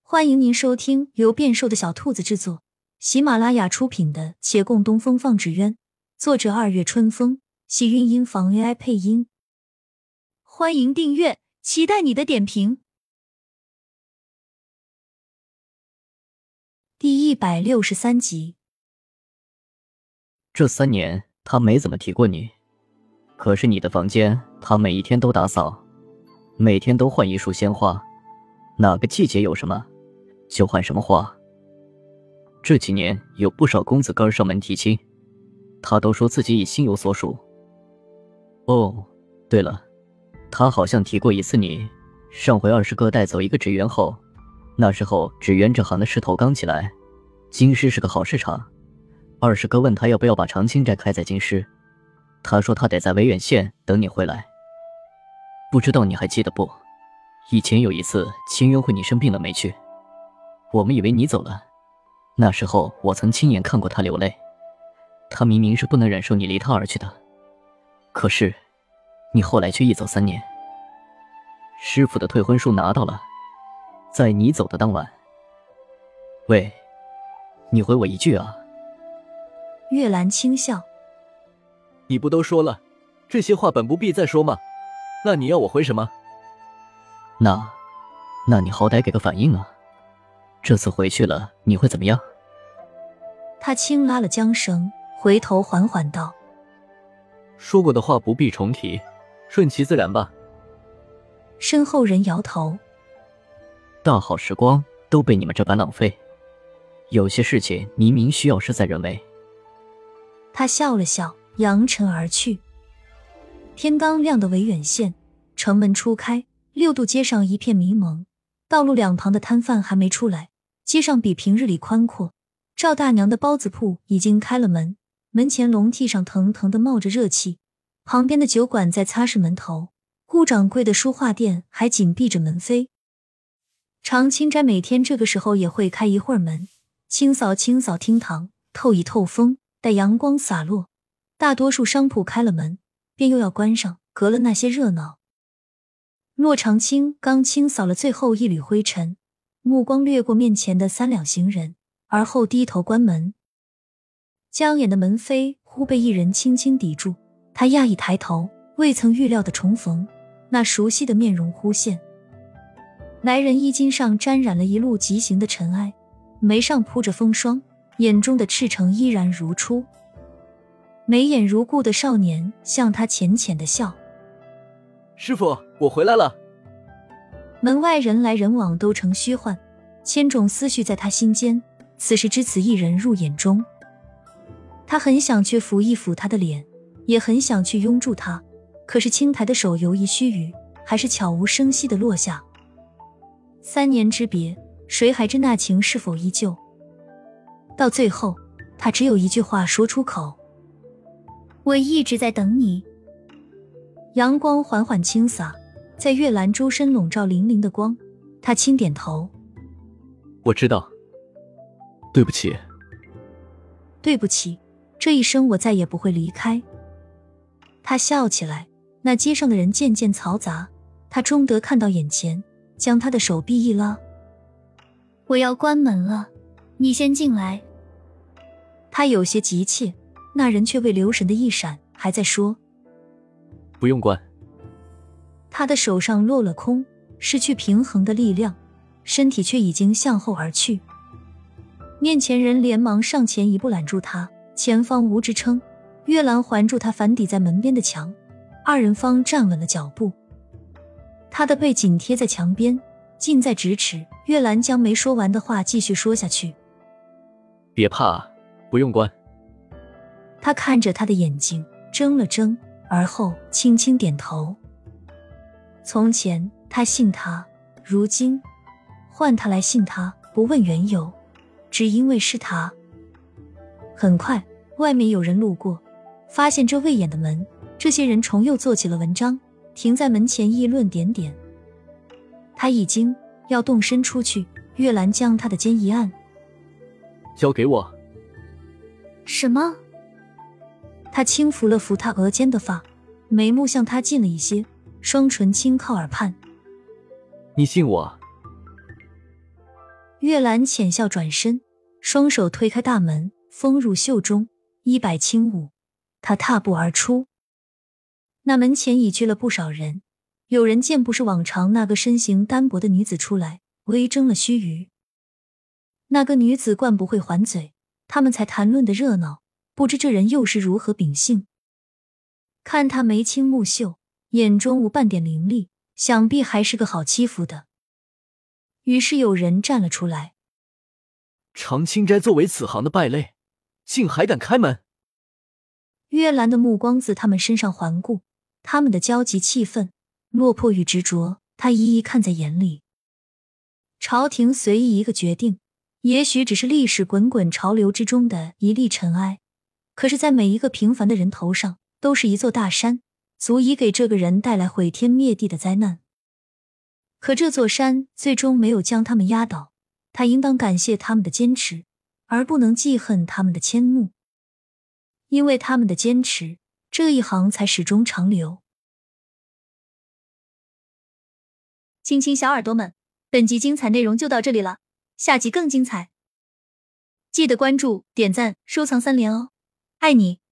欢迎您收听由变瘦的小兔子制作，喜马拉雅出品的《且共东风放纸鸢》，作者二月春风，喜韵音房 AI 配音。欢迎订阅，期待你的点评。第163集。 这3年他没怎么提过你，可是你的房间他每一天都打扫，每天都换一束鲜花，哪个季节有什么就换什么花。这几年有不少公子哥上门提亲，他都说自己已心有所属。哦，对了，他好像提过一次你，上回20哥带走一个纸鸢后，那时候纸鸢这行的势头刚起来，京师是个好市场。20哥问他要不要把长青寨开在京师，他说他得在维远县等你回来。不知道你还记得不？以前有一次签约会你生病了没去，我们以为你走了，那时候我曾亲眼看过他流泪，他明明是不能忍受你离他而去的，可是你后来却一走3年。师傅的退婚书拿到了，在你走的当晚。喂，你回我一句啊。 月兰轻笑， 你不都说了，这些话本不必再说吗？那你要我回什么？ 那你好歹给个反应啊！这次回去了你会怎么样？ 他轻拉了缰绳，回头缓缓道： 说过的话不必重提，顺其自然吧。 身后人摇头： 大好时光都被你们这般浪费，有些事情明明需要事在人为。 他笑了笑，扬尘而去。天刚亮的维远县城门初开，6渡街上一片迷蒙，道路两旁的摊贩还没出来，街上比平日里宽阔。赵大娘的包子铺已经开了门，门前笼屉上腾腾地冒着热气，旁边的酒馆在擦拭门头，顾掌柜的书画店还紧闭着门扉。长青斋每天这个时候也会开一会儿门，清扫清扫厅堂，透一透风，待阳光洒落，大多数商铺开了门，便又要关上，隔了那些热闹。骆长青刚清扫了最后一缕灰尘，目光掠过面前的3两行人，而后低头关门。僵眼的门扉忽被一人轻轻抵住，他讶异抬头，未曾预料的重逢，那熟悉的面容忽现。来人衣襟上沾染了一路疾行的尘埃，眉上铺着风霜，眼中的赤诚依然如初。眉眼如故的少年向他浅浅的笑： 师傅，我回来了。 门外人来人往都成虚幻，千种思绪在他心间，此时只此一人入眼中。他很想去抚一抚他的脸，也很想去拥住他，可是轻抬的手游移须臾，还是悄无声息地落下。3年之别，谁还知那情是否依旧？到最后，他只有一句话说出口：我一直在等你。阳光缓缓倾洒，在月兰周身笼罩粼粼的光，他轻点头： 我知道。对不起。 对不起，这一生我再也不会离开。他笑起来，那街上的人渐渐嘈杂，他终得看到眼前，将他的手臂一拉：我要关门了，你先进来。他有些急切，那人却未留神的一闪，还在说： 不用关。 他的手上落了空，失去平衡的力量，身体却已经向后而去。面前人连忙上前一步拦住他，前方无支撑，月兰环住他反抵在门边的墙，2人方站稳了脚步。他的背紧贴在墙边，近在咫尺，月兰将没说完的话继续说下去： 别怕，不用关。 他看着他的眼睛睁了睁，而后轻轻点头。从前他信他，如今换他来信他，不问缘由，只因为是他。很快外面有人路过，发现这未掩的门，这些人重又做起了文章，停在门前议论点点。他已经要动身出去，月兰将他的肩一按： 交给我。 什么？他轻抚了抚他额间的发，眉目向他近了一些，双唇轻靠耳畔： 你信我？ 月兰浅笑转身，双手推开大门，风入袖中，衣摆轻舞，她踏步而出。那门前已聚了不少人，有人见不是往常那个身形单薄的女子出来，微睁了须臾。那个女子惯不会还嘴，他们才谈论的热闹，不知这人又是如何秉性。看她眉清目秀，眼中无半点凌厉，想必还是个好欺负的。于是有人站了出来。 长青斋作为此行的败类，竟还敢开门？ 约兰的目光自他们身上环顾，他们的焦急气愤、落魄与执着，他一一看在眼里。朝廷随意一个决定，也许只是历史滚滚潮流之中的一粒尘埃，可是在每一个平凡的人头上，都是一座大山，足以给这个人带来毁天灭地的灾难。可这座山最终没有将他们压倒，他应当感谢他们的坚持，而不能记恨他们的迁怒。因为他们的坚持，这一行才始终长流。 亲亲小耳朵们，本集精彩内容就到这里了，下集更精彩，记得关注、点赞、收藏3连哦，爱你。